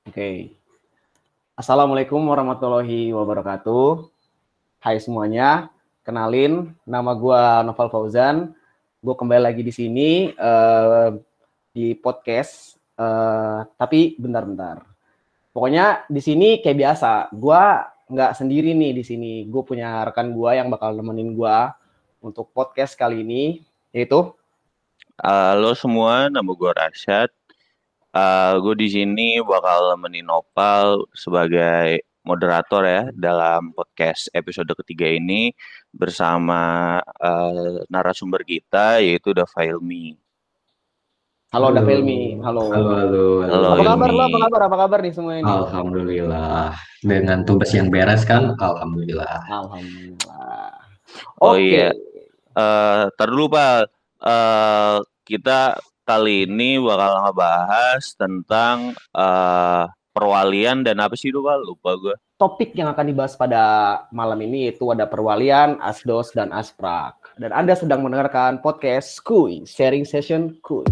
Oke. Assalamualaikum warahmatullahi wabarakatuh. Hai semuanya, kenalin nama gue Noval Fauzan. Gue kembali lagi di sini di podcast. Tapi bentar. Pokoknya di sini kayak biasa. Gue nggak sendiri nih di sini. Gue punya rekan gue yang bakal nemenin gue untuk podcast kali ini, yaitu. Halo semua, nama gue Rashad. Gue di sini bakal nemenin Nopal sebagai moderator ya dalam podcast episode ketiga ini bersama narasumber kita yaitu Dava Ilmi. Halo Halo, Davelmi, halo. Halo Apa kabar Ilmi. lo? Apa kabar nih semua ini? Alhamdulillah. Dengan tugas yang beres kan, Alhamdulillah. Alhamdulillah. Oh Oke. iya, tar dulu Pak. Kita kali ini bakal ngebahas tentang perwalian dan apa sih itu Pak? Lupa gue. Topik yang akan dibahas pada malam ini itu ada perwalian, asdos, dan asprak. Dan Anda sedang mendengarkan podcast Kuy, sharing session Kuy.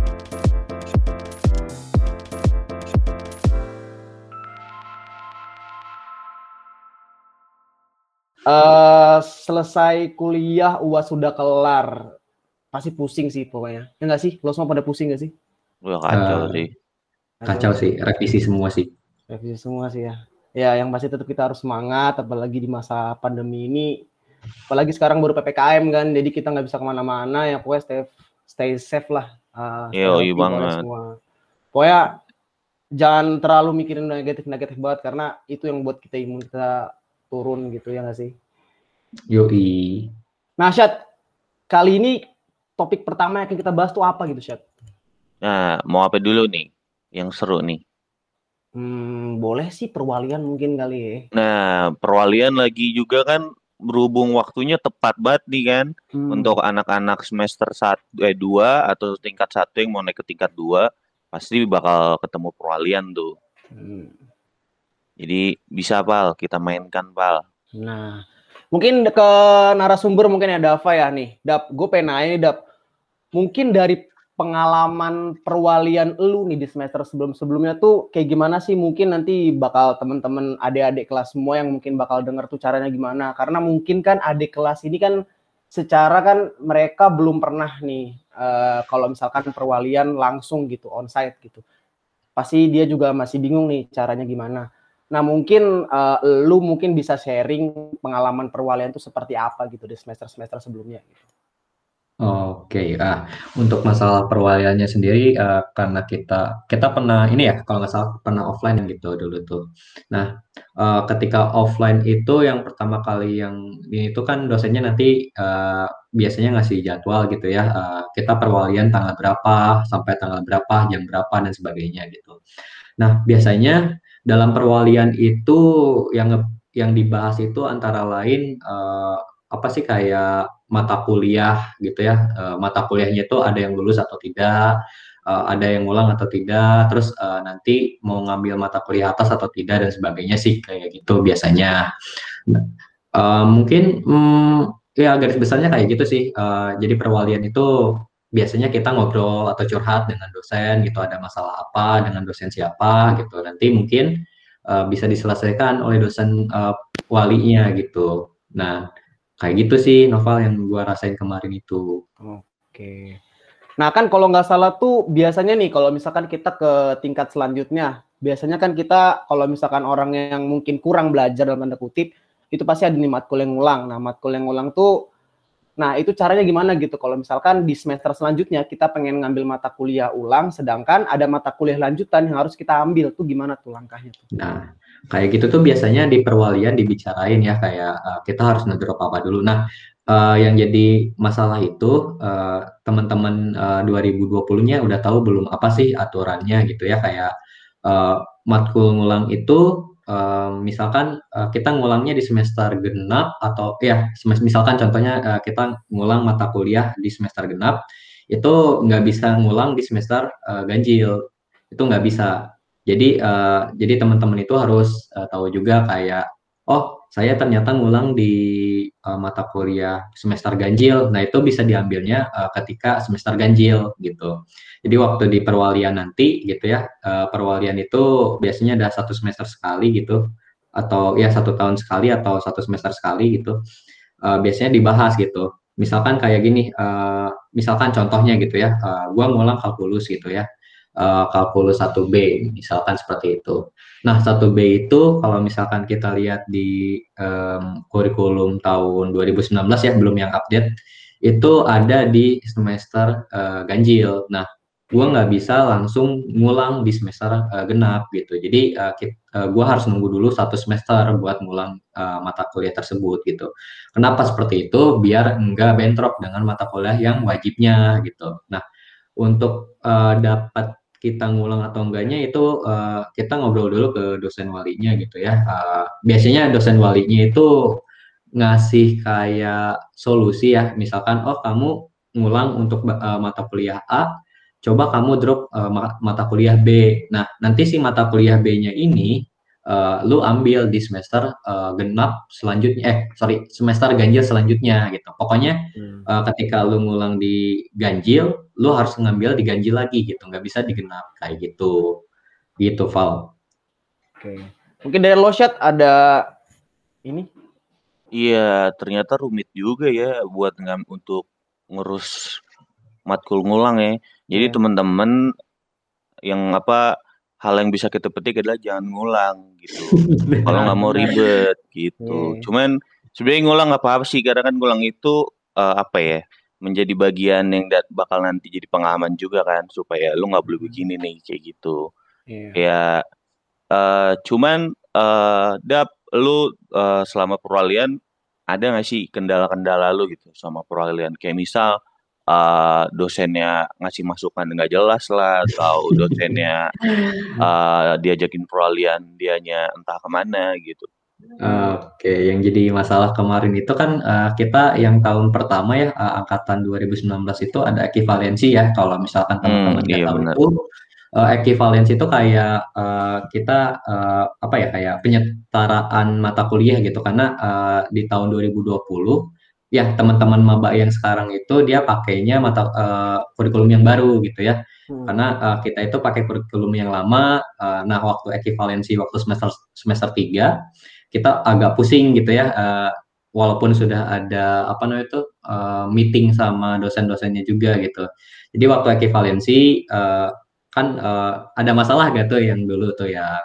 Selesai kuliah, UAS sudah kelar. Pasti pusing sih pokoknya. Ya nggak sih? Lo semua pada pusing nggak sih? Wah kacau sih. Kacau sih, revisi semua sih. Revisi semua sih ya. Ya, yang pasti tetap kita harus semangat, apalagi di masa pandemi ini. Apalagi sekarang baru PPKM kan, jadi kita nggak bisa kemana-mana. Ya pokoknya stay safe lah. Stay healthy pokoknya semua. Pokoknya jangan terlalu mikirin negatif banget, karena itu yang buat kita imun kita turun gitu, ya nggak sih? Yoi. Nah, Syad, kali ini topik pertama yang akan kita bahas tuh apa gitu, Syad? Nah, mau apa dulu nih? Yang seru nih. Boleh sih perwalian mungkin kali ya. Nah, perwalian lagi juga kan berhubung waktunya tepat banget nih kan untuk anak-anak semester 2 atau tingkat 1 yang mau naik ke tingkat 2 pasti bakal ketemu perwalian tuh. Jadi bisa Pal, kita mainkan Pal. Nah, mungkin ke narasumber mungkin ada Dava ya nih. Dap, gue pengen nanya nih Dap. Mungkin dari pengalaman perwalian lu nih di semester sebelumnya tuh kayak gimana sih? Mungkin nanti bakal temen-temen adik-adik kelas semua yang mungkin bakal denger tuh caranya gimana. Karena mungkin kan adik kelas ini kan secara kan mereka belum pernah nih kalau misalkan perwalian langsung gitu, onsite gitu. Pasti dia juga masih bingung nih caranya gimana. Nah, mungkin lu mungkin bisa sharing pengalaman perwalian itu seperti apa gitu di semester-semester sebelumnya gitu. Oke, untuk masalah perwaliannya sendiri, karena kita pernah ini ya, kalau nggak salah pernah offline gitu dulu tuh. Nah, ketika offline itu yang pertama kali yang ini itu kan dosennya nanti biasanya ngasih jadwal gitu ya, kita perwalian tanggal berapa, sampai tanggal berapa, jam berapa, dan sebagainya gitu. Nah, biasanya dalam perwalian itu yang dibahas itu antara lain apa sih kayak mata kuliah gitu ya. Mata kuliahnya itu ada yang lulus atau tidak, ada yang ngulang atau tidak, terus nanti mau ngambil mata kuliah atas atau tidak dan sebagainya sih kayak gitu biasanya. Nah, mungkin ya garis besarnya kayak gitu sih. Jadi perwalian itu biasanya kita ngobrol atau curhat dengan dosen gitu, ada masalah apa dengan dosen siapa gitu. Nanti mungkin bisa diselesaikan oleh dosen walinya gitu. Nah, kayak gitu sih Noval yang gua rasain kemarin itu. Oke. Nah, kan kalau nggak salah tuh biasanya nih kalau misalkan kita ke tingkat selanjutnya, biasanya kan kita kalau misalkan orang yang mungkin kurang belajar dalam tanda kutip, itu pasti ada nih matkul yang ngulang. Nah, matkul yang ngulang tuh, nah itu caranya gimana gitu? Kalau misalkan di semester selanjutnya kita pengen ngambil mata kuliah ulang, sedangkan ada mata kuliah lanjutan yang harus kita ambil, tuh gimana tuh langkahnya tuh? Nah, kayak gitu tuh biasanya di perwalian dibicarain ya kayak kita harus ngedrop apa dulu. Nah, yang jadi masalah itu teman-teman 2020-nya udah tahu belum apa sih aturannya gitu ya kayak matkul ngulang itu misalkan kita ngulangnya di semester genap atau ya misalkan contohnya kita ngulang mata kuliah di semester genap itu nggak bisa ngulang di semester ganjil, itu nggak bisa. Jadi teman-teman itu harus tahu juga kayak, oh saya ternyata ngulang di mata kuliah semester ganjil. Nah, itu bisa diambilnya ketika semester ganjil gitu. Jadi waktu di perwalian nanti gitu ya, perwalian itu biasanya ada 1 semester sekali gitu, atau ya 1 tahun sekali atau 1 semester sekali gitu. Biasanya dibahas gitu. Misalkan kayak gini, misalkan contohnya gitu ya, gua ngulang kalkulus gitu ya, kalkulus 1B, misalkan seperti itu. Nah, 1B itu kalau misalkan kita lihat di kurikulum tahun 2019 ya, belum yang update, itu ada di semester ganjil. Nah, gua nggak bisa langsung ngulang di semester genap gitu. Jadi gua harus nunggu dulu 1 semester buat ngulang mata kuliah tersebut gitu. Kenapa seperti itu? Biar enggak bentrok dengan mata kuliah yang wajibnya gitu. Nah, untuk dapat kita ngulang atau enggaknya itu kita ngobrol dulu ke dosen walinya gitu ya. Biasanya dosen walinya itu ngasih kayak solusi ya, misalkan oh kamu ngulang untuk mata kuliah A, coba kamu drop mata kuliah B. Nah, nanti si mata kuliah B-nya ini lu ambil di semester genap selanjutnya, sorry, semester ganjil selanjutnya gitu. Pokoknya ketika lu ngulang di ganjil, lu harus ngambil di ganjil lagi gitu, nggak bisa digenap kayak gitu, gitu Val. Oke. Mungkin dari Losyat ada ini. Iya, ternyata rumit juga ya buat untuk ngurus matkul ngulang ya. Jadi Iya. teman-teman yang hal yang bisa kita petik adalah jangan ngulang gitu. Kalau Benar, nggak mau benar. ribet gitu. Iya. Cuman sebenarnya ngulang nggak apa-apa sih karena kan ngulang itu menjadi bagian yang bakal nanti jadi pengalaman juga kan supaya lu nggak boleh begini nih kayak gitu. Iya. Ya cuman lu selama perwalian ada nggak sih kendala-kendala lu gitu sama perwalian? Kayak misal dosennya ngasih masukan nggak jelas lah, atau dosennya diajakin perwalian dianya entah kemana gitu. Oke, yang jadi masalah kemarin itu kan kita yang tahun pertama ya, angkatan 2019 itu ada ekivalensi ya. Kalau misalkan teman-teman nggak Iya tahu benar. itu, ekivalensi itu kayak kita apa ya, kayak penyetaraan mata kuliah gitu. Karena di tahun 2020 ya teman-teman maba yang sekarang itu dia pakainya kurikulum yang baru gitu ya. Karena kita itu pakai kurikulum yang lama. Nah, waktu ekivalensi waktu semester semester 3 kita agak pusing gitu ya, walaupun sudah ada apa namanya itu meeting sama dosen-dosennya juga gitu. Jadi waktu ekivalensi kan ada masalah gak tuh yang dulu tuh yang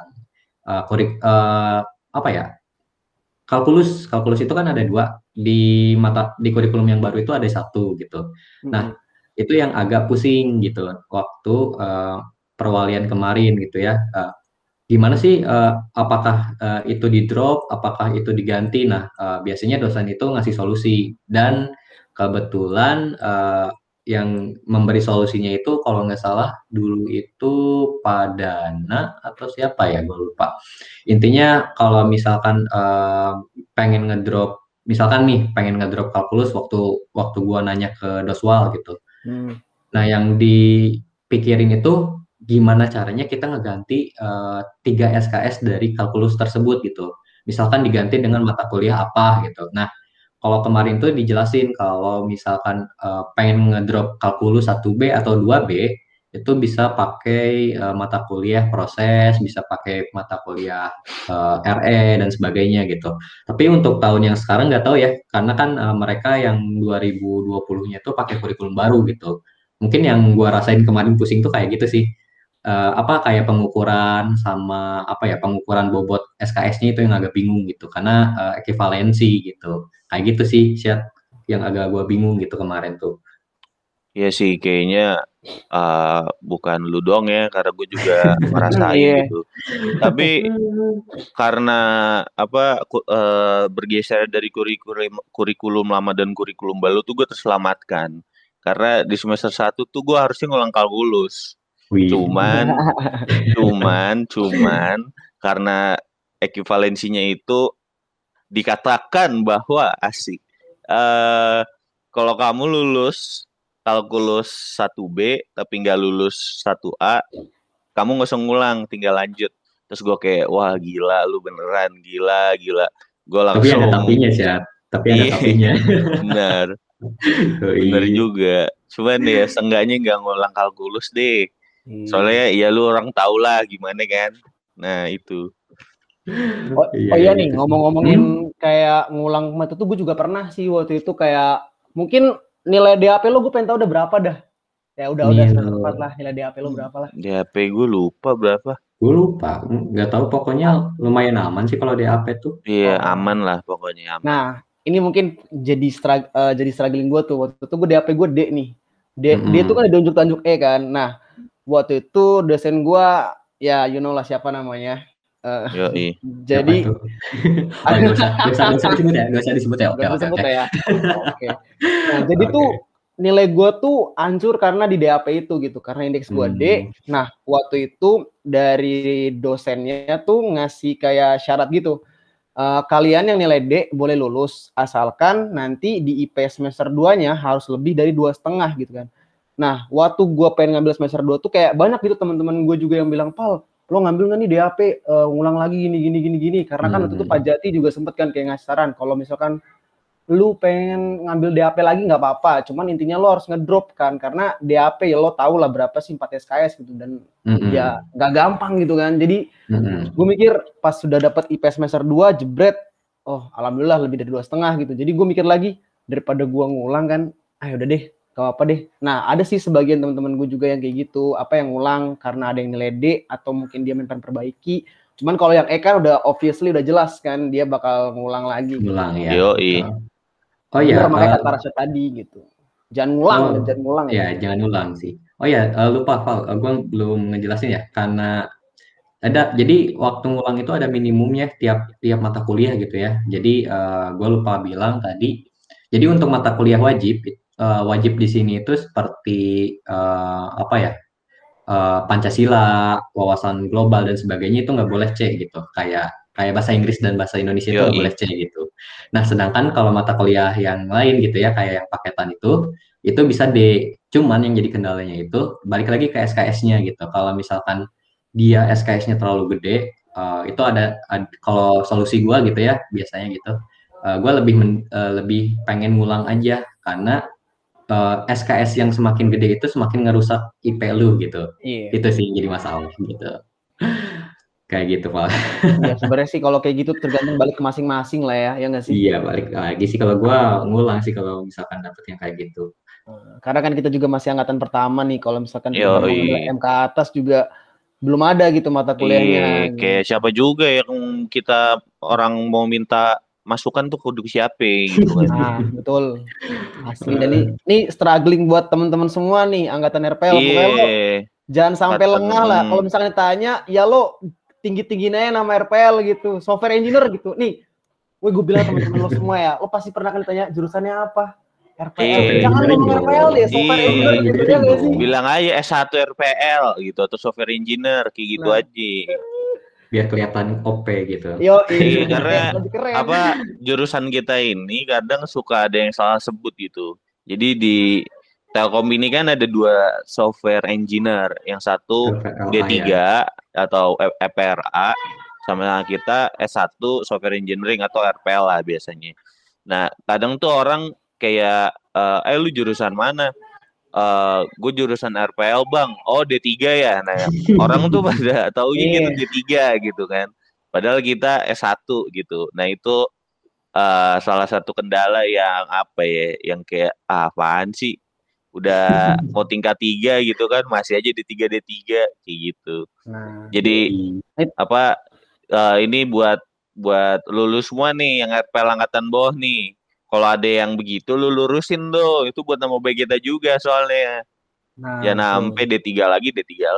apa ya, kalkulus kalkulus itu kan ada 2 di kurikulum yang baru itu ada 1 gitu. Nah, itu yang agak pusing gitu waktu perwalian kemarin gitu ya. Gimana sih, apakah itu di drop, apakah itu diganti? Nah, biasanya dosen itu ngasih solusi dan kebetulan yang memberi solusinya itu kalau nggak salah dulu itu Pak Dana atau siapa ya, gue lupa. Intinya kalau misalkan pengen ngedrop, misalkan nih pengen ngedrop kalkulus waktu waktu gua nanya ke Doswal gitu. Nah, yang dipikirin itu gimana caranya kita ngeganti 3 SKS dari kalkulus tersebut gitu. Misalkan diganti dengan mata kuliah apa gitu. Nah, kalau kemarin tuh dijelasin kalau misalkan pengen ngedrop kalkulus 1B atau 2B itu bisa pakai mata kuliah proses, bisa pakai mata kuliah RE dan sebagainya gitu. Tapi untuk tahun yang sekarang nggak tahu ya, karena kan mereka yang 2020-nya tuh pakai kurikulum baru gitu. Mungkin yang gua rasain kemarin pusing tuh kayak gitu sih. Apa kayak pengukuran sama apa ya, pengukuran bobot SKS-nya itu yang agak bingung gitu karena ekivalensi gitu. Kayak gitu sih, Syat, yang agak gua bingung gitu kemarin tuh. Iya sih kayaknya bukan lu doang ya karena gue juga ngerasain Iya. gitu. Tapi karena bergeser dari kurikulum lama dan kurikulum baru tuh gue terselamatkan. Karena di semester 1 tuh gue harusnya ngulang kalkulus. Wih. Cuman cuman karena ekivalensinya itu dikatakan bahwa asik. eh Kalau kamu lulus kalkulus 1B tapi nggak lulus 1A, kamu nggak usah ngulang, tinggal lanjut. Terus gue kayak, wah gila lu beneran, gila, gila. gue Tapi ada langsung tapinya sih, tapi ada iya tapinya. benar benar Yoi. juga. Cuman ya seenggaknya nggak ngulang kalkulus deh. Iya. Soalnya ya lu orang tau lah gimana kan. Nah itu. Iya Oh iya kayak nih, gitu sih. ngomong-ngomongin kayak ngulang mata tuh gue juga pernah sih waktu itu kayak mungkin nilai DAP lo gue pengen tahu udah berapa dah. Ya udah semester 4 Nil lah nilai DAP lo berapa lah. Di HP gue lupa berapa. gue lupa, nggak tahu pokoknya lumayan aman sih kalau DAP tuh. Iya Oh. aman lah pokoknya aman. Nah, ini mungkin jadi struggling gue tuh. Waktu itu gue DAP gue D nih. D itu kan ada unjuk-unjuk E kan. Nah, waktu itu dosen gue ya you know lah siapa namanya. Yoi. Siapa Jadi tuh? Oh, nggak usah disebut ya, nggak usah disebut ya. Oke, gak oke, disebut oke. ya. Oke. Nah, jadi Oke. tuh nilai gue tuh hancur karena di DAP itu gitu. Karena indeks gue D. Nah, waktu itu dari dosennya tuh ngasih kayak syarat gitu. Kalian yang nilai D boleh lulus asalkan nanti di IP semester 2-nya harus lebih dari 2,5 gitu kan. Nah, waktu gue pengen ngambil semester 2 tuh kayak banyak gitu teman-teman gue juga yang bilang, "Pal, lo ngambil nggak nih DAP ngulang lagi gini." Karena kan waktu itu Pak Jati juga sempet kan kayak ngasih saran kalau misalkan lu pengen ngambil DAP lagi nggak apa-apa, cuman intinya lo harus ngedrop kan karena DAP ya lo tau lah berapa sih 4 SKS gitu dan ya nggak gampang gitu kan. Jadi gue mikir pas sudah dapat IP semester 2 jebret, oh alhamdulillah lebih dari 2,5 gitu. Jadi gue mikir lagi daripada gue ngulang kan, ayo udah deh, gak apa deh. Nah ada sih sebagian teman-teman gue juga yang kayak gitu, apa yang ngulang karena ada yang nilai D atau mungkin dia pengen perbaiki. Cuman kalau yang E kan udah obviously udah jelas kan dia bakal ngulang lagi. Ngulang gitu. ya. Yoi. Oh ya, Makanya kata Rasya tadi gitu. Jangan ngulang ya jangan ulang sih. Oh ya, lupa Val, gue belum ngejelasin ya karena jadi waktu ngulang itu ada minimumnya tiap mata kuliah gitu ya. Jadi gue lupa bilang tadi. Jadi untuk mata kuliah wajib di sini itu seperti apa ya? Pancasila, wawasan global dan sebagainya itu nggak boleh C gitu. Kayak bahasa Inggris dan bahasa Indonesia itu nggak Yoi. boleh C gitu. Nah, sedangkan kalau mata kuliah yang lain gitu ya, kayak yang paketan itu bisa D. Cuman yang jadi kendalanya itu balik lagi ke SKS-nya gitu. Kalau misalkan dia SKS-nya terlalu gede, itu kalau solusi gue gitu ya, biasanya gitu. Gue lebih pengen ngulang aja karena SKS yang semakin gede itu semakin ngerusak IP lu gitu. Iya. Itu sih jadi masalah gitu. Kayak gitu, Pak. Ya sebenarnya sih kalau kayak gitu tergantung balik ke masing-masing lah ya nggak sih? Iya, balik lagi sih kalau gua ngulang sih kalau misalkan dapet yang kayak gitu. Karena kan kita juga masih angkatan pertama nih. Kalau misalkan kita baru mau ngambil Yoi. M ke atas juga belum ada gitu mata kuliahnya. Iya, kayak siapa juga yang kita orang mau minta masukan tuh kudu siapa gitu kan. Nah, betul. Asli dan ini struggling buat teman-teman semua nih angkatan RPL. Pokoknya lo Iya. jangan sampai lengah lah. Kalau misalnya ditanya, ya lo tinggi-tinggiin aja nama RPL gitu. Software engineer gitu. Nih, gue bilang teman-teman lo semua ya, lo pasti pernah kan ditanya jurusannya apa? RPL. Jangan ngomong RPL deh, software engineer gitu ya nggak sih? Bilang aja S1 RPL gitu atau software engineer kayak gitu aja. Biar kelihatan OP gitu. Yo, karena apa jurusan kita ini kadang suka ada yang salah sebut gitu. Jadi di Telkom ini kan ada 2 software engineer, yang satu D3 atau FPRA, sama kita S1 software engineering atau RPL lah biasanya. Nah, kadang tuh orang kayak lu jurusan mana? Gue jurusan RPL bang. Oh D3 ya. Nah orang tuh pada taunya kita D3 gitu kan. Padahal kita S1 gitu. Nah itu salah satu kendala yang apa ya, yang kayak apaan sih, udah mau tingkat 3 gitu kan masih aja D3 kayak gitu. Jadi apa ini buat lulus semua nih yang RPL angkatan bawah nih. Kalau ada yang begitu lu lurusin tuh, itu buat nama baik kita juga soalnya. Jangan sampai D3 lagi.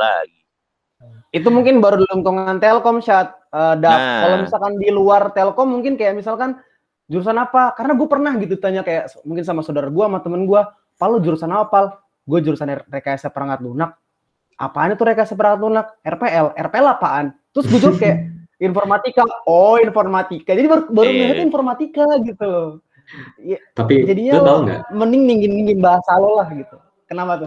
Itu mungkin baru di lingkungan Telkom kalau misalkan di luar Telkom mungkin kayak misalkan jurusan apa? Karena gue pernah gitu tanya kayak mungkin sama saudara gue sama temen gue, "Pal lu jurusan apa, Pal?" Gue jurusan rekayasa perangkat lunak. Apaan itu rekayasa perangkat lunak? RPL apaan? Terus gue jawab kayak informatika. Oh, informatika. Jadi baru ngeliat informatika gitu loh. Ya, tapi jadinya lo tau nggak? Mending ningin bahasa lo lah gitu. Kenapa tuh?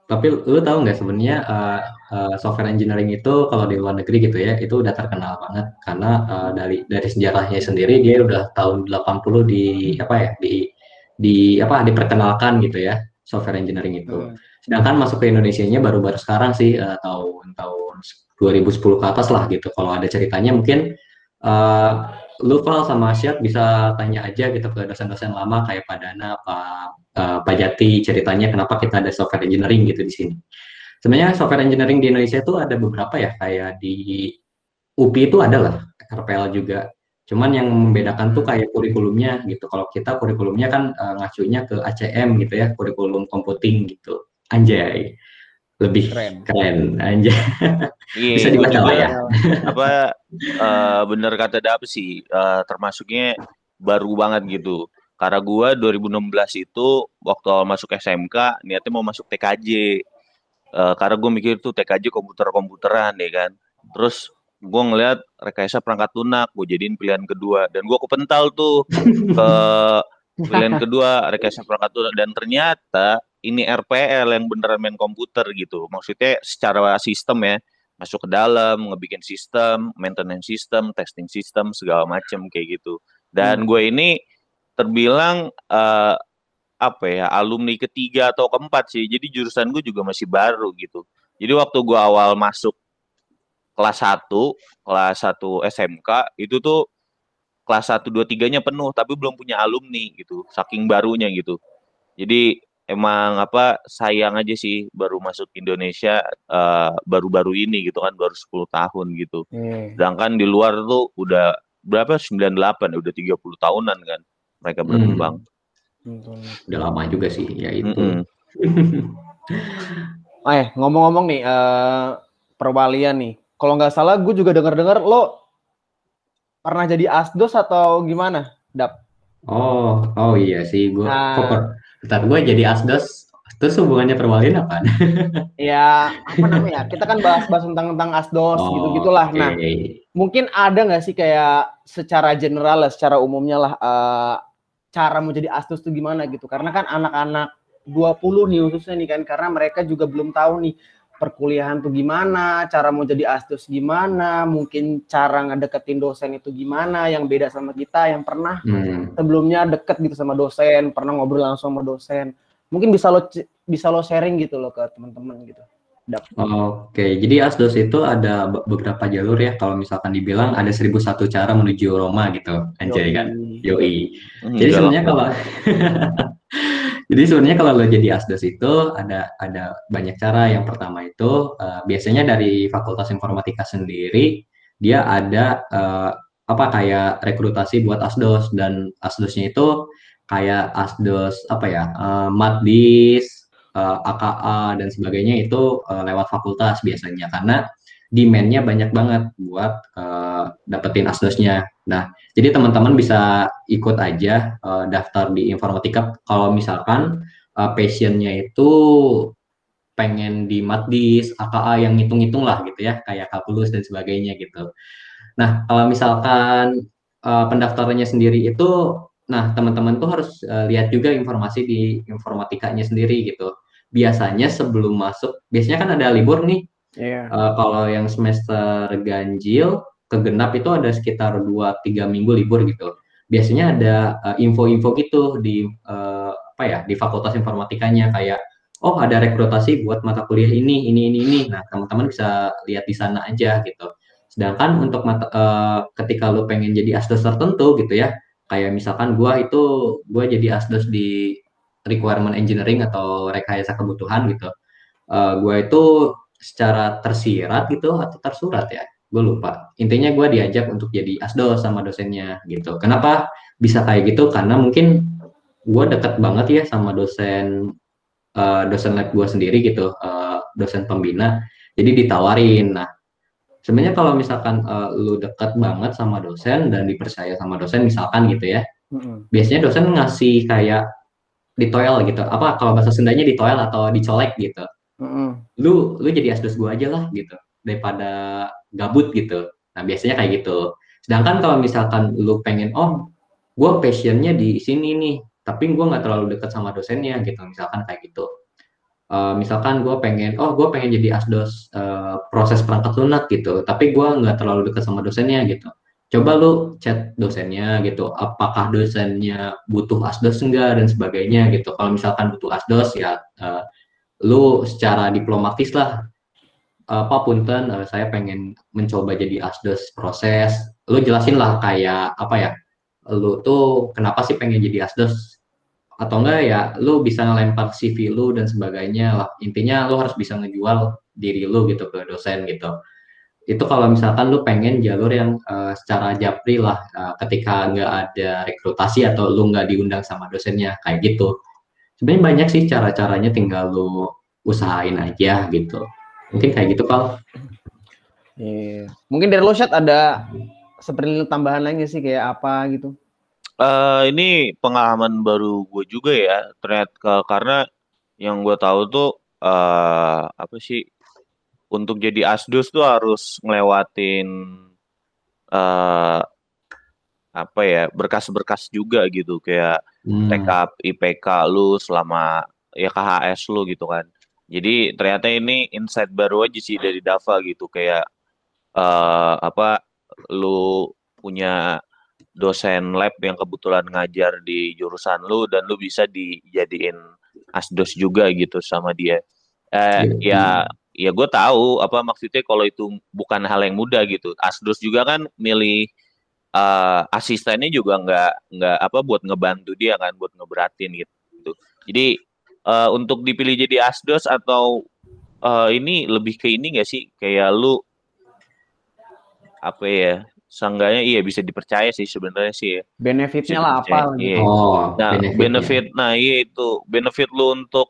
Tapi lu tahu nggak sebenarnya software engineering itu kalau di luar negeri gitu ya, itu udah terkenal banget karena dari sejarahnya sendiri dia udah tahun 80 di apa ya diperkenalkan gitu ya software engineering itu. Hmm. Sedangkan masuk ke Indonesianya baru-baru sekarang sih tahun 2010 ke atas lah gitu. Kalau ada ceritanya mungkin eh lu Val sama Asyad bisa tanya aja gitu ke dosen-dosen lama kayak Pak Dana, Pak Jati ceritanya kenapa kita ada software engineering gitu di sini. Sebenarnya software engineering di Indonesia itu ada beberapa ya, kayak di UPI itu ada lah, RPL juga. Cuman yang membedakan tuh kayak kurikulumnya gitu. Kalau kita kurikulumnya kan ngacunya ke ACM gitu ya, kurikulum computing gitu. Anjay, lebih Keren. keren anjay. Iya, Bisa gue dibaca juga lah ya. apa bener kata Dap sih, termasuknya baru banget gitu. Karena gue 2016 itu waktu awal masuk SMK niatnya mau masuk TKJ. Karena gue mikir tuh TKJ komputer-komputeran ya kan. Terus gue ngeliat rekayasa perangkat lunak, gue jadiin pilihan kedua. Dan gue kepental tuh ke pilihan kedua rekayasa perangkat lunak. Dan ternyata ini RPL yang beneran main komputer gitu. Maksudnya secara sistem ya, masuk ke dalam, ngebikin sistem, maintenance sistem, testing sistem, segala macem kayak gitu. Dan gue ini terbilang apa ya, alumni ketiga atau keempat sih. Jadi jurusan gue juga masih baru gitu. Jadi waktu gue awal masuk kelas 1 SMK itu tuh kelas 1 2 3-nya penuh tapi belum punya alumni gitu. Saking barunya gitu. Jadi emang apa sayang aja sih baru masuk Indonesia baru-baru ini gitu kan, baru 10 tahun gitu. Sedangkan di luar tuh udah berapa 98 udah 30 tahunan kan mereka berkembang. Udah lama juga sih ya itu. Ngomong-ngomong nih perwalian nih. Kalau nggak salah gue juga dengar-dengar lo pernah jadi asdos atau gimana, Dap? Oh iya sih, bentar, gue jadi asdos. Terus hubungannya perwalian apa? Ya apa namanya? Kita kan bahas-bahas tentang asdos Oh, gitu-gitulah. oke. Nah, mungkin ada nggak sih kayak secara general lah, secara umumnya lah cara mau jadi asdos tuh gimana gitu? Karena kan anak-anak 20 nih khususnya nih kan, karena mereka juga belum tahu nih perkuliahan tuh gimana, cara mau jadi asdos gimana, mungkin cara ngedeketin dosen itu gimana, yang beda sama kita yang pernah sebelumnya deket gitu sama dosen, pernah ngobrol langsung sama dosen. Mungkin bisa lo sharing gitu loh ke teman-teman gitu. Oke, jadi asdos itu ada beberapa jalur ya. Kalau misalkan dibilang ada 1001 cara menuju Roma gitu, anjay kan. Yoi. Jadi sebenarnya kalau lo jadi asdos itu ada banyak cara. Yang pertama itu biasanya dari Fakultas Informatika sendiri dia ada kayak rekrutasi buat asdos, dan asdosnya itu kayak asdos Matdis, AKA dan sebagainya itu lewat fakultas biasanya karena demand-nya banyak banget buat dapetin asdosnya. Nah, jadi teman-teman bisa ikut aja daftar di informatika kalau misalkan passion-nya itu pengen di Matdis, AKA yang ngitung-ngitung lah gitu ya, kayak kalkulus dan sebagainya gitu. Nah, kalau misalkan pendaftarannya sendiri itu, nah teman-teman tuh harus lihat juga informasi di informatikanya sendiri gitu. Biasanya sebelum masuk, biasanya kan ada libur nih. Kalau yang semester ganjil ke genap itu ada sekitar 2-3 minggu libur gitu. Biasanya ada info-info gitu di di Fakultas Informatikanya kayak ada rekrutasi buat mata kuliah ini. Nah, teman-teman bisa lihat di sana aja gitu. Sedangkan untuk ketika lo pengen jadi asdos tertentu gitu ya, kayak misalkan gue jadi asdos di requirement engineering atau rekayasa kebutuhan gitu. Gue itu secara tersirat gitu atau tersurat ya, gue lupa. Intinya gue diajak untuk jadi asdos sama dosennya gitu. Kenapa bisa kayak gitu? Karena mungkin gue deket banget ya sama dosen lab gue sendiri gitu, dosen pembina. Jadi ditawarin. Nah, sebenarnya kalau misalkan lu deket banget sama dosen dan dipercaya sama dosen misalkan gitu ya, biasanya dosen ngasih kayak ditoel gitu. Apa kalau bahasa Sundanya ditoel atau dicolek gitu. Lu jadi asdos gue aja lah gitu daripada gabut gitu. Nah, biasanya kayak gitu. Sedangkan kalau misalkan lu pengen gue passionnya di sini nih, tapi gue nggak terlalu dekat sama dosennya gitu, misalkan kayak gitu. Misalkan gue pengen jadi asdos proses perangkat lunak gitu, tapi gue nggak terlalu dekat sama dosennya gitu. Coba lu chat dosennya gitu, apakah dosennya butuh asdos enggak dan sebagainya gitu. Kalau misalkan butuh asdos ya lu secara diplomatis lah, apa punten, saya pengen mencoba jadi asdos proses. Lu jelasin lah kayak apa ya, lu tuh kenapa sih pengen jadi asdos, atau enggak ya lu bisa ngelempar CV lu dan sebagainya lah. Intinya lu harus bisa ngejual diri lu gitu ke dosen gitu. Itu kalau misalkan lu pengen jalur yang secara japri lah, ketika nggak ada rekrutasi atau lu nggak diundang sama dosennya kayak gitu. Sebenarnya banyak sih cara-caranya, tinggal lu usahain aja gitu. Mungkin kayak gitu, Pak. Iya. Mungkin dari lo Syat ada seperti tambahan lagi sih kayak apa gitu? Ini pengalaman baru gue juga ya, ternyata karena yang gue tahu tuh apa sih, untuk jadi asdos tuh harus ngelewatin eh apa ya, berkas-berkas juga gitu, kayak Hmm. tekap IPK lu selama ya KHS lu gitu kan. Jadi ternyata ini insight baru aja sih dari Dava gitu, kayak apa, lu punya dosen lab yang kebetulan ngajar di jurusan lu dan lu bisa dijadiin asdos juga gitu sama dia. Ya ya gue tahu apa maksudnya, kalau itu bukan hal yang mudah gitu. Asdos juga kan milih asistennya juga nggak apa, buat ngebantu dia kan, buat ngeberatin gitu. Jadi untuk dipilih jadi asdos atau ini lebih ke ini nggak sih, kayak lu apa ya, seenggaknya iya bisa dipercaya sih sebenarnya sih ya. Bisa Benefitnya lah apa dipercaya. Iya. gitu? Oh, Nah, benefitnya. nah iya itu benefit lu untuk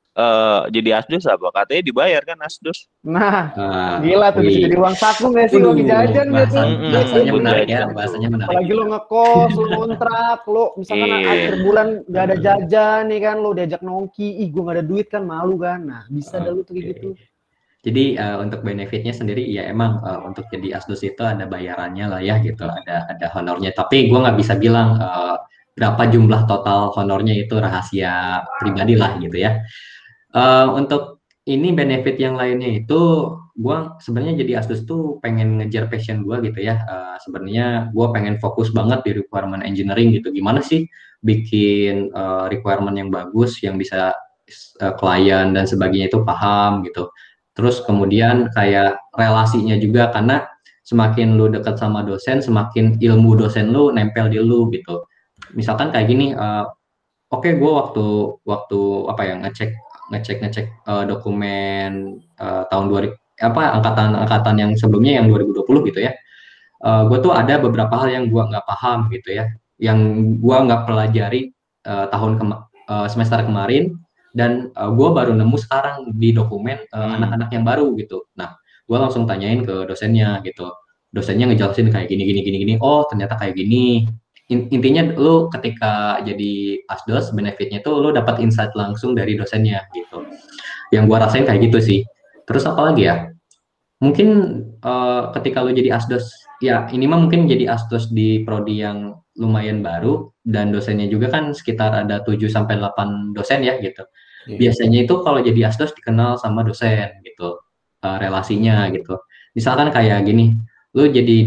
jadi asdos apa? Katanya dibayar kan asdos. Nah, Ah, gila tuh bisa wih. jadi uang saku nggak sih uang Waduh, jajan gitu? bahasanya Buat menarik ya, jajan bahasanya tuh. menarik. Apalagi lo ngekos, lo ngontrak, lo misalkan akhir Iya. bulan gak ada jajan nih kan, lo diajak nongki, ih gue gak ada duit kan malu kan, nah bisa dah lo tuh kayak Oke. gitu. Jadi untuk benefitnya sendiri ya emang untuk jadi asdos itu ada bayarannya lah ya gitu, ada honornya. Tapi gue nggak bisa bilang berapa jumlah total honornya, itu rahasia pribadi lah gitu ya. Untuk ini benefit yang lainnya itu, gue sebenarnya jadi asdos tuh pengen ngejar passion gue gitu ya. Sebenarnya gue pengen fokus banget di requirement engineering gitu. Gimana sih bikin requirement yang bagus yang bisa klien dan sebagainya itu paham gitu. Terus kemudian kayak relasinya juga, karena semakin lu dekat sama dosen, semakin ilmu dosen lu nempel di lu gitu. Misalkan kayak gini, oke, gue waktu waktu apa ya, ngecek dokumen tahun 2000, apa, angkatan yang sebelumnya yang 2020 gitu ya. Gue tuh ada beberapa hal yang gue nggak paham gitu ya, yang gue nggak pelajari semester kemarin, dan gue baru nemu sekarang di dokumen Hmm. anak-anak yang baru gitu. Nah, gue langsung tanyain ke dosennya gitu. Dosennya ngejelasin kayak gini gini gini gini. Oh, ternyata kayak gini. Intinya lu ketika jadi asdos, benefitnya tuh lu dapat insight langsung dari dosennya gitu. Yang gue rasain kayak gitu sih. Terus apa lagi ya? Mungkin ketika lu jadi asdos, ya ini mah mungkin jadi asdos di prodi yang lumayan baru, dan dosennya juga kan sekitar ada 7 sampai 8 dosen ya gitu. Iya. Biasanya itu kalau jadi asdos dikenal sama dosen gitu, relasinya gitu. Misalkan kayak gini, lu jadi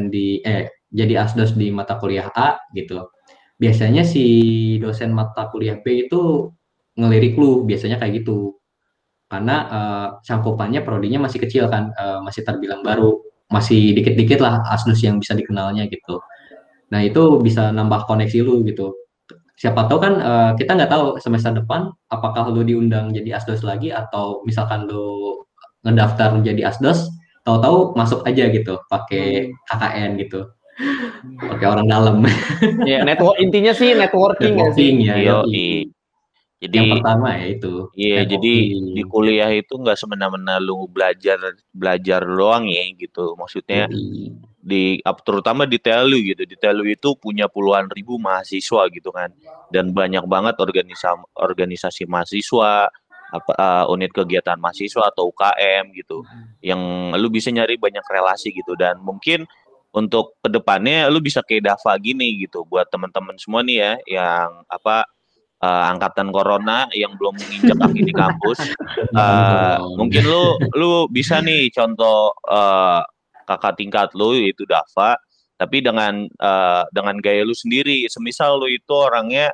jadi asdos di mata kuliah A gitu. Biasanya si dosen mata kuliah B itu ngelirik lu, biasanya kayak gitu, karena cangkupannya prodinya masih kecil kan, masih terbilang baru, masih dikit-dikit lah asdos yang bisa dikenalnya gitu. Nah, itu bisa nambah koneksi lu gitu. Siapa tahu kan, kita nggak tahu semester depan apakah lu diundang jadi asdos lagi, atau misalkan lu ngedaftar jadi asdos, tahu-tahu masuk aja gitu pakai Hmm. KKN gitu, pakai orang dalam. Ya, network intinya sih networking nggak sih? Networking ya, Yo, yoi. Yang jadi pertama ya itu iya, jadi di networking. kuliah itu nggak semena-mena lu belajar belajar doang ya gitu. Maksudnya Yoi. terutama di TELU gitu. Di TELU itu punya puluhan ribu mahasiswa gitu kan. Dan banyak banget organisasi organisasi mahasiswa, apa unit kegiatan mahasiswa atau UKM gitu. Yang lu bisa nyari banyak relasi gitu, dan mungkin untuk kedepannya lu bisa kayak Dava gini gitu, buat teman-teman semua nih ya yang apa, angkatan corona yang belum menginjak kaki di kampus, Nongkrong. mungkin lu bisa nih contoh kakak tingkat lu yaitu Dava, tapi dengan gaya lu sendiri. Semisal lu itu orangnya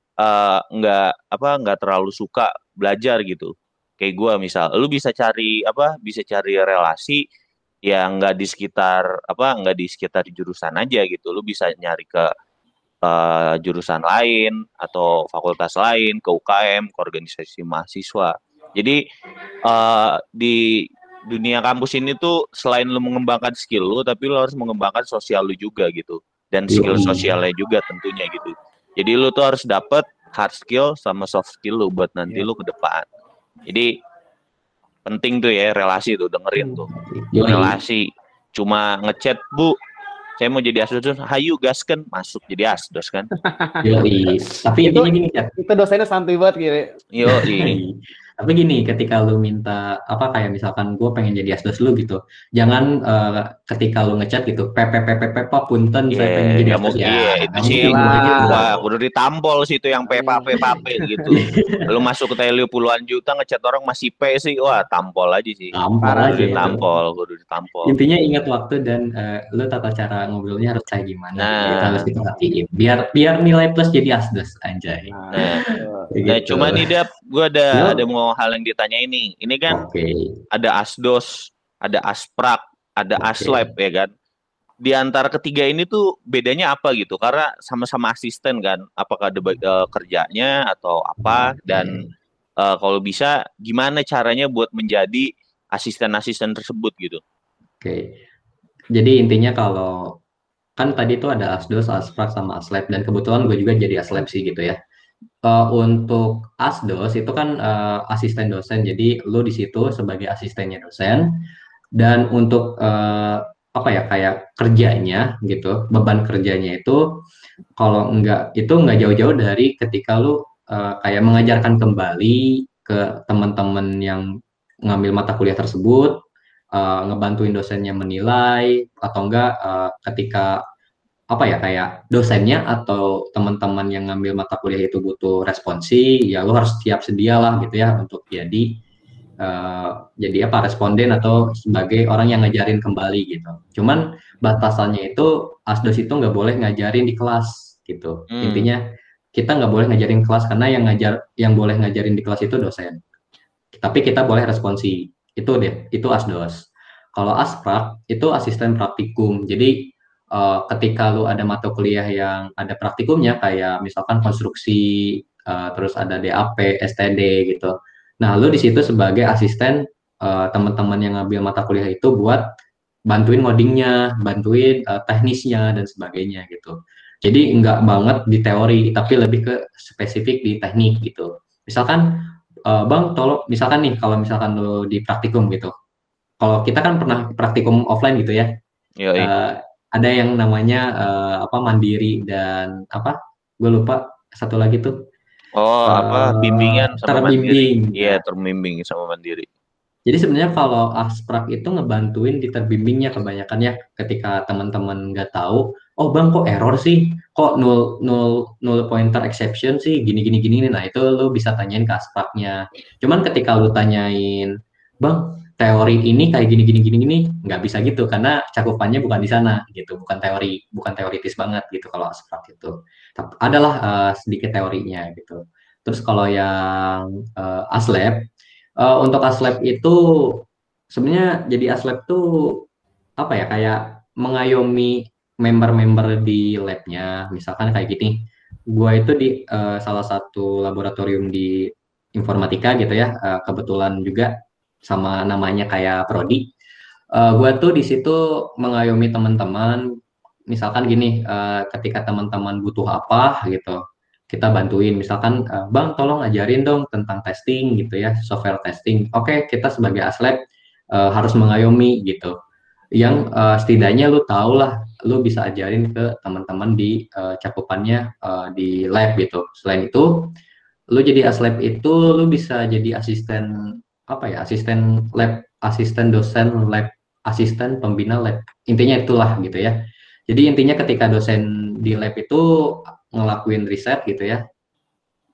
nggak terlalu suka belajar gitu. Kayak gue misal, lu bisa cari relasi yang nggak di sekitar jurusan aja gitu. Lu bisa nyari ke jurusan lain atau fakultas lain, ke UKM, ke organisasi mahasiswa. Jadi di dunia kampus ini tuh selain lu mengembangkan skill lu, tapi lu harus mengembangkan sosial lu juga gitu, dan skill Yoi. sosialnya juga tentunya gitu. Jadi lu tuh harus dapet hard skill sama soft skill lu buat nanti lu ke depan. Jadi penting tuh ya relasi tuh, dengerin tuh. Yoi. Relasi cuma ngechat, Bu, saya mau jadi asdos, hayu gaskan masuk jadi asdos kan. Yoi. Tapi Itu intinya gini, Cak. itu dosennya santuy banget gitu. Yoi. Tapi gini, ketika lu minta apa kayak misalkan gue pengen jadi asdos lu gitu, jangan ketika lu ngechat gitu, pak punten saya pengen jadi asdos ya. Iya, itu Nggak sih mungkin lah. gitu. wah, udah ditampol sih itu yang pape gitu. Lu masuk ke Telio puluhan juta ngechat orang masih P sih, wah tampol aja sih. Tampol Parah aja sih, itu. Kudu ditampol. Intinya ingat waktu dan lu tata cara ngobrolnya harus kayak gimana gitu. Itu Nah. harus kita perhatiin. Biar nilai plus jadi asdos anjay. Nah, Gitu. cuma nih Dap, gue Yo. ada mau hal yang ditanya ini. Ini kan Oke. ada asdos, ada asprak, ada Oke. aslab ya kan. Di antara ketiga ini tuh bedanya apa gitu? Karena sama-sama asisten kan. Apakah ada kerjanya atau apa? Oke. Dan kalau bisa gimana caranya buat menjadi asisten-asisten tersebut gitu? Oke. Jadi intinya kalau kan tadi itu ada asdos, asprak sama aslab dan kebetulan gue juga jadi aslab sih gitu ya. Untuk asdos itu kan asisten dosen, jadi lu di situ sebagai asistennya dosen. Dan untuk apa ya kayak kerjanya gitu, beban kerjanya itu kalau itu nggak jauh-jauh dari ketika lu kayak mengajarkan kembali ke teman-teman yang ngambil mata kuliah tersebut, ngebantuin dosennya menilai atau enggak ketika apa ya kayak dosennya atau teman-teman yang ngambil mata kuliah itu butuh responsi, ya lu harus siap sedia lah gitu ya untuk jadi apa responden atau sebagai orang yang ngajarin kembali gitu. Cuman batasannya itu asdos itu nggak boleh ngajarin di kelas gitu. Intinya kita nggak boleh ngajarin kelas karena yang boleh ngajarin di kelas itu dosen. Tapi kita boleh responsi. Itu asdos. Kalau asprak itu asisten praktikum. Jadi ketika lu ada mata kuliah yang ada praktikumnya kayak misalkan konstruksi, terus ada DAP, STD gitu. Nah, lu di situ sebagai asisten teman-teman yang ngambil mata kuliah itu buat bantuin ngodingnya, bantuin teknisnya dan sebagainya gitu. Jadi enggak banget di teori, tapi lebih ke spesifik di teknik gitu. Misalkan Bang, tolong misalkan nih kalau misalkan lu di praktikum gitu. Kalau kita kan pernah praktikum offline gitu ya. Ada yang namanya mandiri dan apa? Gue lupa satu lagi tuh. Bimbingan sama terbimbing. Mandiri. Iya, terbimbing sama Mandiri. Jadi sebenarnya kalau asprak itu ngebantuin di terbimbingnya kebanyakan ya ketika teman-teman nggak tahu, oh Bang kok error sih, kok null pointer exception sih, gini. Nah itu lu bisa tanyain ke aspraknya. Cuman ketika lu tanyain, Bang teori ini kayak gini, nggak bisa gitu karena cakupannya bukan di sana gitu, bukan teoritis banget gitu kalau asprak itu. Adalah sedikit teorinya gitu. Terus kalau yang aslab, untuk aslab itu sebenarnya jadi aslab tuh apa ya kayak mengayomi member-member di labnya. Misalkan kayak gini, gua itu di salah satu laboratorium di informatika gitu ya, kebetulan juga sama namanya kayak prodi. Gua tuh di situ mengayomi teman-teman. Misalkan gini, ketika teman-teman butuh apa gitu, kita bantuin. Misalkan, Bang tolong ajarin dong tentang testing gitu ya, software testing. Oke, kita sebagai aslab harus mengayomi gitu. Yang setidaknya lu tahu lah, lu bisa ajarin ke teman-teman di cakupannya di lab gitu. Selain itu, lu jadi aslab itu lu bisa jadi asisten apa ya, asisten lab, asisten dosen lab, asisten pembina lab. Intinya itulah gitu ya. Jadi intinya ketika dosen di lab itu ngelakuin riset gitu ya,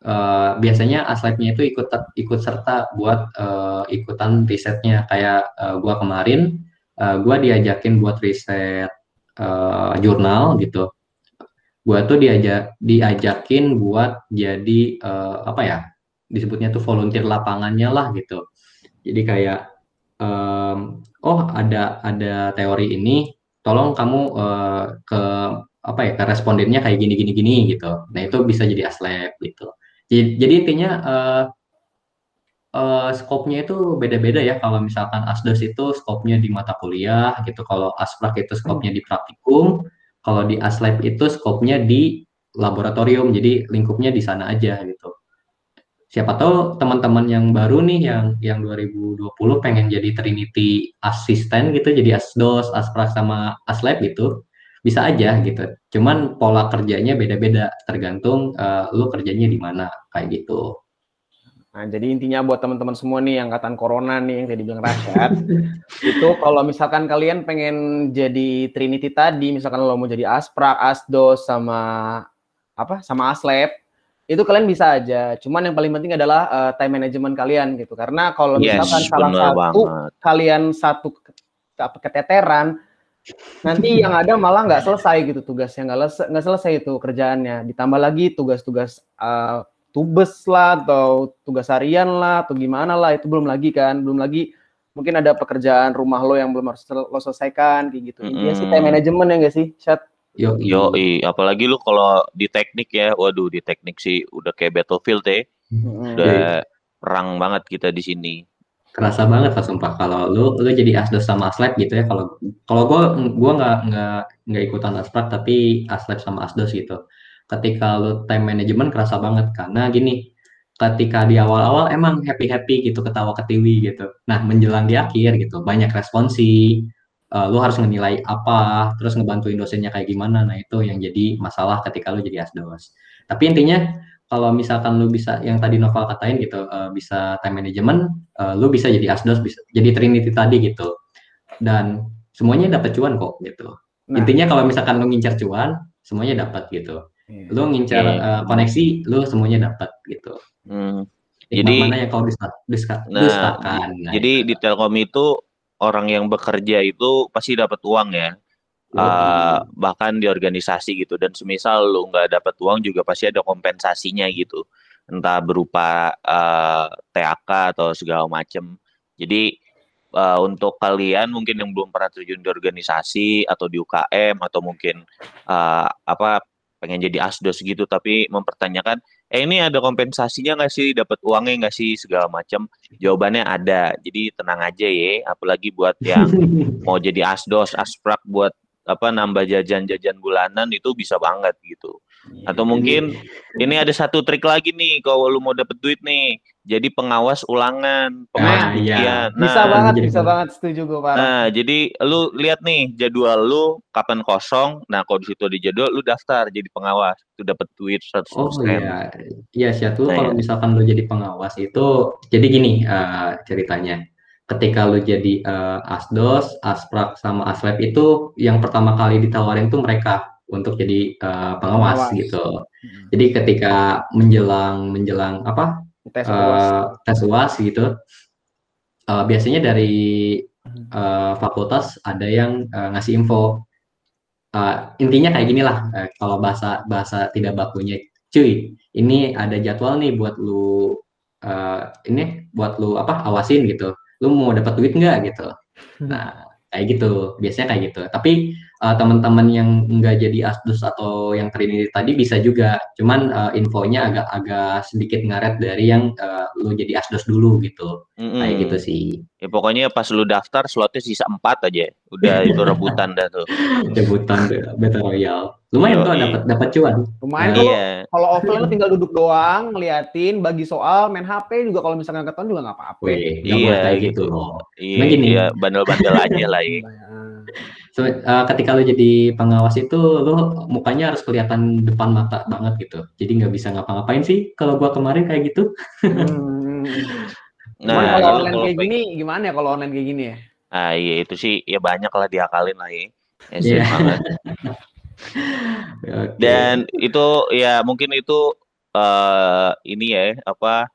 biasanya aslabnya itu ikut serta buat ikutan risetnya. Kayak gua kemarin, gua diajakin buat riset jurnal gitu. Gua tuh diajakin buat jadi apa ya, disebutnya tuh volunteer lapangannya lah gitu. Jadi kayak oh ada teori ini, tolong kamu ke apa ya, ke respondennya kayak gini gini gini gitu. Nah itu bisa jadi aslab gitu. Jadi intinya skopnya itu beda-beda ya. Kalau misalkan asdos itu skopnya di mata kuliah gitu. Kalau asprak itu skopnya di praktikum. Kalau di aslab itu skopnya di laboratorium. Jadi lingkupnya di sana aja gitu. Siapa tahu teman-teman yang baru nih yang 2020 pengen jadi Trinity asisten gitu, jadi asdos, asprak sama aslab gitu. Bisa aja gitu. Cuman pola kerjanya beda-beda tergantung lu kerjanya di mana kayak gitu. Nah, jadi intinya buat teman-teman semua nih yang angkatan corona nih yang tadi bilang Rasyad, itu kalau misalkan kalian pengen jadi Trinity tadi, misalkan lo mau jadi asprak, asdos sama aslab, itu kalian bisa aja. Cuman yang paling penting adalah time management kalian gitu. Karena kalau misalkan salah bener satu banget. kalian keteteran, nanti yang ada malah nggak selesai gitu tugasnya, nggak selesai itu kerjaannya. Ditambah lagi tugas-tugas tubes lah atau tugas harian lah atau gimana lah, itu belum lagi mungkin ada pekerjaan rumah lo yang belum harus lo selesaikan kayak gitu. Intinya sih time management ya nggak sih, Syad? Yoi, apalagi lu kalau di teknik ya, waduh di teknik sih udah kayak Battlefield ya, udah perang banget kita di sini. Kerasa banget lah sumpah kalau lu jadi asdos sama aslab gitu ya. Kalau gua nggak ikutan asprak tapi aslab sama asdos gitu. Ketika lu time management kerasa banget karena gini, ketika di awal-awal emang happy gitu, ketawa ketiwi gitu. Nah menjelang di akhir gitu banyak responsi, lu harus menilai apa, terus ngebantuin dosennya kayak gimana. Nah itu yang jadi masalah ketika lu jadi asdos. Tapi intinya kalau misalkan lu bisa yang tadi Noval katain gitu, bisa time management, lu bisa jadi asdos, bisa jadi Trinity tadi gitu, dan semuanya dapat cuan kok gitu. Intinya kalau misalkan lu ngincar cuan, semuanya dapat gitu. Lu ngincar koneksi, lu semuanya dapat gitu. Jadi mana yang kau dustakan. Nah, jadi di Telkom itu orang yang bekerja itu pasti dapat uang ya. Bahkan di organisasi gitu, dan semisal lu nggak dapat uang juga pasti ada kompensasinya gitu, entah berupa TAK atau segala macem. Jadi untuk kalian mungkin yang belum pernah terjun di organisasi atau di UKM atau mungkin pengen jadi asdos gitu tapi mempertanyakan ini ada kompensasinya nggak sih, dapat uangnya nggak sih segala macam, jawabannya ada. Jadi tenang aja ya, apalagi buat yang mau jadi asdos, asprak buat nambah jajan bulanan itu bisa banget gitu. Atau mungkin ini ada satu trik lagi nih kalau lu mau dapet duit nih, jadi pengawas ulangan, pengawas ujian. Bisa banget setuju gue parah. Nah, jadi lu lihat nih jadwal lu kapan kosong. Nah, kalau di situ di jadwal lu daftar jadi pengawas, itu dapat duit 100%. Oh iya sih tuh kalau misalkan lu jadi pengawas itu, jadi gini ceritanya. Ketika lu jadi asdos, asprak sama aslab itu yang pertama kali ditawarin tuh mereka untuk jadi pengawas gitu. Jadi ketika menjelang tes UAS gitu, biasanya dari fakultas ada yang ngasih info. Intinya kayak gini lah, kalau bahasa tidak bakunya, cuy, ini ada jadwal nih buat lu awasin gitu, lu mau dapat duit nggak gitu. Nah kayak gitu, biasanya kayak gitu. Tapi teman-teman yang nggak jadi asdos atau yang Trinity tadi bisa juga, cuman infonya agak sedikit ngaret dari yang lu jadi asdos dulu gitu. Kayak gitu sih. Ya pokoknya pas lu daftar slotnya sisa 4 aja, udah itu rebutan dah tuh. Rebutan Battle Royale. Lumayan tuh dapat cuan. Lumayan kalau offline lu tinggal duduk doang, ngeliatin, bagi soal, main HP juga kalau misalnya ketahuan juga nggak apa-apa. Iya kayak gitu. Iya, bandel-bandel aja lah ya. So, ketika lu jadi pengawas itu lu mukanya harus kelihatan depan mata banget gitu. Jadi nggak bisa ngapa-ngapain sih kalau gua kemarin kayak gitu. Nah, kalau online kayak gini gimana ya kalau online kayak gini ya? Iya itu sih ya banyak lah diakalin lah ya. Banget. Dan itu ya mungkin itu ini ya apa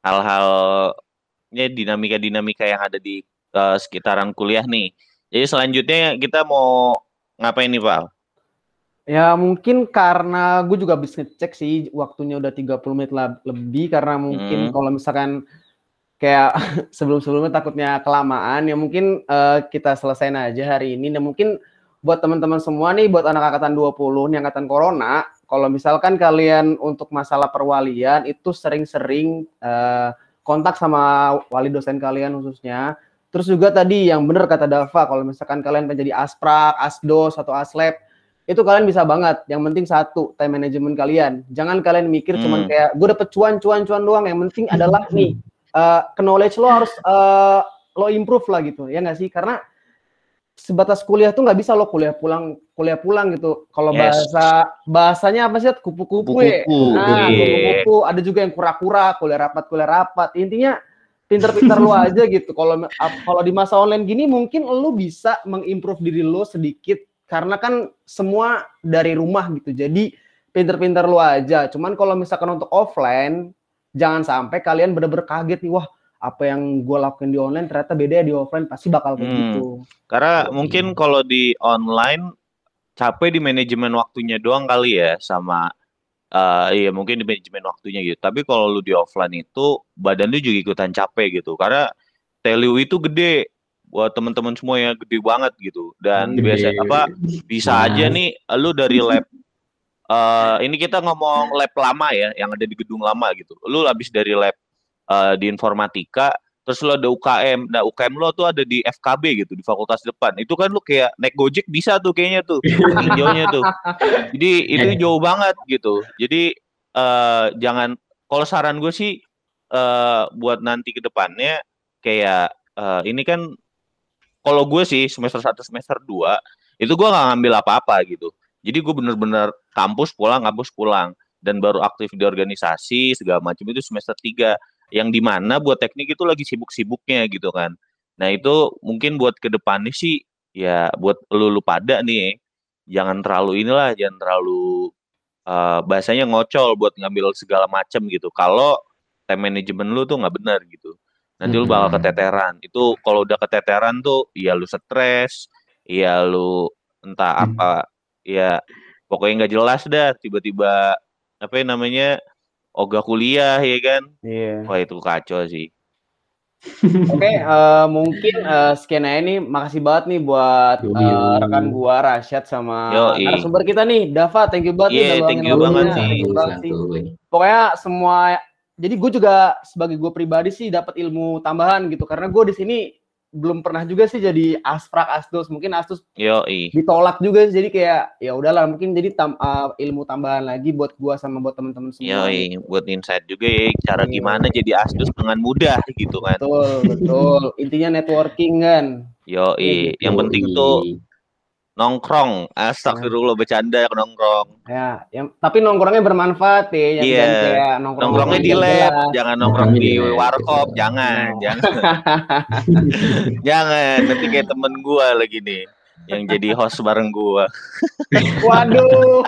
hal-halnya dinamika-dinamika yang ada di sekitaran kuliah nih. Jadi selanjutnya kita mau ngapain nih, Pak? Ya mungkin karena gue juga habis ngecek sih waktunya udah 30 menit lebih karena mungkin kalau misalkan kayak sebelum-sebelumnya takutnya kelamaan ya mungkin kita selesain aja hari ini. Dan mungkin buat teman-teman semua nih, buat anak angkatan 20 nih angkatan corona, kalau misalkan kalian untuk masalah perwalian itu sering-sering kontak sama wali dosen kalian khususnya. Terus juga tadi yang benar kata Dava, kalau misalkan kalian menjadi asprak, asdos atau aslab, itu kalian bisa banget. Yang penting satu, time management kalian. Jangan kalian mikir cuman kayak gue dapet cuan doang. Yang penting adalah nih knowledge lo harus lo improve lah gitu, ya nggak sih? Karena sebatas kuliah tuh nggak bisa lo kuliah pulang gitu. Kalau bahasanya apa sih? Kupu-kupu ya. Kupu-kupu. Ada juga yang kura-kura, kuliah rapat. Intinya pinter-pinter lo aja gitu. Kalau di masa online gini mungkin lo bisa mengimprove diri lo sedikit karena kan semua dari rumah gitu. Jadi pinter-pinter lo aja. Cuman kalau misalkan untuk offline, jangan sampai kalian bener-bener kaget nih, wah apa yang gue lakuin di online ternyata beda ya di offline, pasti bakal kayak gitu. Karena mungkin kalau di online capek di manajemen waktunya doang kali ya, sama iya mungkin di manajemen waktunya gitu. Tapi kalau lu di offline itu badan lu juga ikutan capek gitu. Karena TLU itu gede buat teman-teman semua ya, gede banget gitu. Dan biasa bisa aja nih lu dari lab ini kita ngomong lab lama ya, yang ada di gedung lama gitu. Lu habis dari lab di informatika, terus lu ada UKM. Nah, UKM lu tuh ada di FKB gitu, di fakultas depan. Itu kan lu kayak naik Gojek bisa tuh kayaknya tuh, saking jauhnya tuh. Jadi itu jauh banget gitu. Jadi jangan, kalau saran gue sih buat nanti ke depannya kayak ini kan kalau gue sih semester 1 semester 2 itu gue nggak ngambil apa-apa gitu. Jadi gue bener-bener kampus pulang dan baru aktif di organisasi segala macam itu semester 3 yang dimana buat teknik itu lagi sibuk-sibuknya gitu kan. Nah itu mungkin buat ke depannya sih ya buat lu pada nih jangan terlalu bahasanya ngocol buat ngambil segala macam gitu. Kalau time management lu tuh nggak benar gitu. Nanti lu bakal keteteran. Itu kalau udah keteteran tuh ya lu stres, ya lu entah apa, ya pokoknya nggak jelas dah. Tiba-tiba apa yang namanya ogah kuliah ya kan? Wah itu kacau sih. Oke, mungkin sekian aja nih. Makasih banget nih buat rekan gua Rashad sama narasumber kita nih, Dava. Thank you banget nih udah thank you banget sih. Pokoknya semua. Jadi gue juga sebagai gue pribadi sih dapat ilmu tambahan gitu karena gue di sini belum pernah juga sih jadi asprak asdos, mungkin asdos ditolak juga sih, jadi kayak ya udahlah mungkin jadi ilmu tambahan lagi buat gue sama buat teman-teman semua. Gitu. Buat insight juga ya cara gimana jadi asdos dengan mudah gitu kan. Betul. Intinya networking kan. Yang penting tuh nongkrong, astagfirullah bercanda nongkrong. Ya, tapi nongkrongnya bermanfaat ya, jangan kayak nongkrongnya di lab, jangan nongkrong di warkop, jangan. Jangan, nanti kayak temen gua lagi nih yang jadi host bareng gua. Waduh.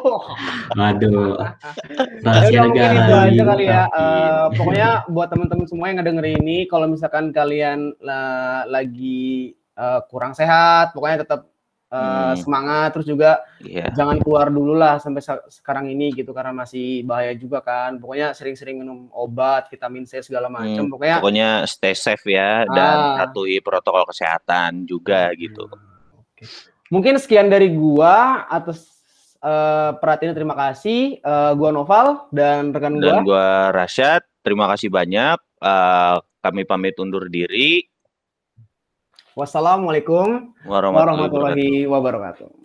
Rahasia negara. Mungkin itu aja kali ya. Pokoknya buat teman-teman semua yang ngedengerin ini, kalau misalkan kalian lagi kurang sehat, pokoknya tetap semangat, terus juga jangan keluar dulu lah sampai sekarang ini gitu karena masih bahaya juga kan. Pokoknya sering-sering minum obat, vitamin C segala macam. Pokoknya stay safe ya dan patuhi protokol kesehatan juga gitu. Mungkin sekian dari gua atas perhatiannya, terima kasih. Gua Noval dan rekan gua. Dan gua Rashad, terima kasih banyak. Kami pamit undur diri. Wassalamualaikum warahmatullahi wabarakatuh.